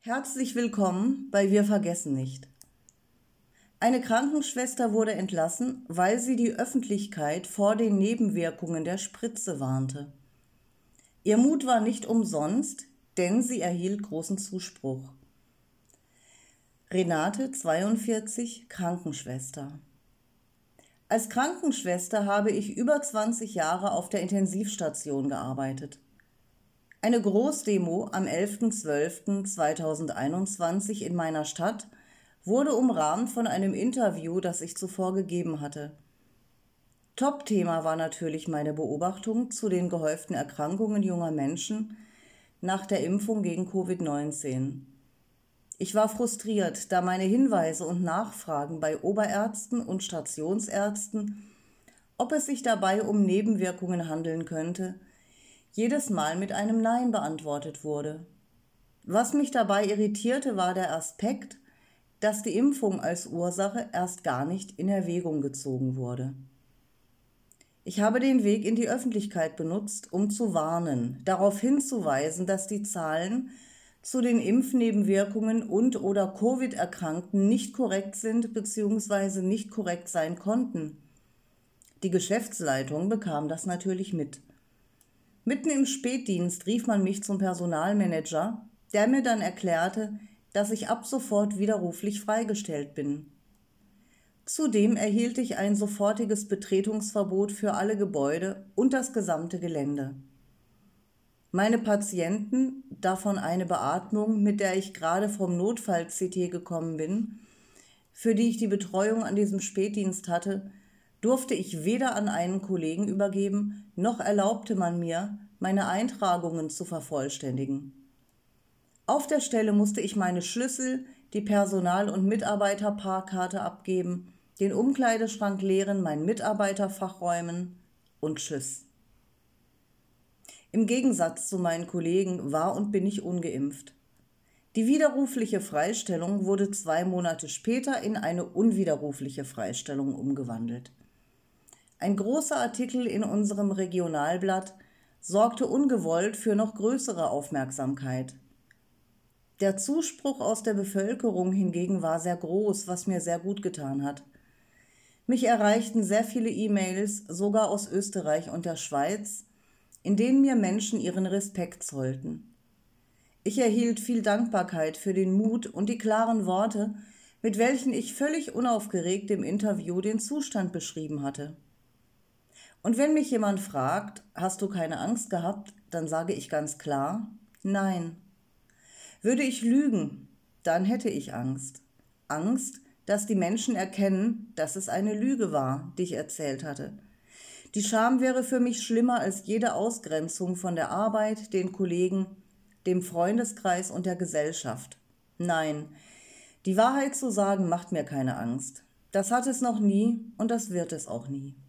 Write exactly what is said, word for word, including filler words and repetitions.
Herzlich willkommen bei Wir vergessen nicht. Eine Krankenschwester wurde entlassen, weil sie die Öffentlichkeit vor den Nebenwirkungen der Spritze warnte. Ihr Mut war nicht umsonst, denn sie erhielt großen Zuspruch. Renate, zweiundvierzig, Krankenschwester. Als Krankenschwester habe ich über zwanzig Jahre auf der Intensivstation gearbeitet. Eine Großdemo am elften zwölften zweitausendeinundzwanzig in meiner Stadt wurde umrahmt von einem Interview, das ich zuvor gegeben hatte. Top-Thema war natürlich meine Beobachtung zu den gehäuften Erkrankungen junger Menschen nach der Impfung gegen Covid neunzehn. Ich war frustriert, da meine Hinweise und Nachfragen bei Oberärzten und Stationsärzten, ob es sich dabei um Nebenwirkungen handeln könnte, jedes Mal mit einem Nein beantwortet wurde. Was mich dabei irritierte, war der Aspekt, dass die Impfung als Ursache erst gar nicht in Erwägung gezogen wurde. Ich habe den Weg in die Öffentlichkeit benutzt, um zu warnen, darauf hinzuweisen, dass die Zahlen zu den Impfnebenwirkungen und/oder Covid-Erkrankten nicht korrekt sind bzw. nicht korrekt sein konnten. Die Geschäftsleitung bekam das natürlich mit. Mitten im Spätdienst rief man mich zum Personalmanager, der mir dann erklärte, dass ich ab sofort widerruflich freigestellt bin. Zudem erhielt ich ein sofortiges Betretungsverbot für alle Gebäude und das gesamte Gelände. Meine Patienten, davon eine Beatmung, mit der ich gerade vom Notfall-C T gekommen bin, für die ich die Betreuung an diesem Spätdienst hatte, durfte ich weder an einen Kollegen übergeben, noch erlaubte man mir, meine Eintragungen zu vervollständigen. Auf der Stelle musste ich meine Schlüssel, die Personal- und Mitarbeiterparkkarte abgeben, den Umkleideschrank leeren, mein Mitarbeiterfach räumen und tschüss. Im Gegensatz zu meinen Kollegen war und bin ich ungeimpft. Die widerrufliche Freistellung wurde zwei Monate später in eine unwiderrufliche Freistellung umgewandelt. Ein großer Artikel in unserem Regionalblatt sorgte ungewollt für noch größere Aufmerksamkeit. Der Zuspruch aus der Bevölkerung hingegen war sehr groß, was mir sehr gut getan hat. Mich erreichten sehr viele E-Mails, sogar aus Österreich und der Schweiz, in denen mir Menschen ihren Respekt zollten. Ich erhielt viel Dankbarkeit für den Mut und die klaren Worte, mit welchen ich völlig unaufgeregt im Interview den Zustand beschrieben hatte. Und wenn mich jemand fragt, hast du keine Angst gehabt, dann sage ich ganz klar, nein. Würde ich lügen, dann hätte ich Angst. Angst, dass die Menschen erkennen, dass es eine Lüge war, die ich erzählt hatte. Die Scham wäre für mich schlimmer als jede Ausgrenzung von der Arbeit, den Kollegen, dem Freundeskreis und der Gesellschaft. Nein, die Wahrheit zu sagen macht mir keine Angst. Das hat es noch nie und das wird es auch nie.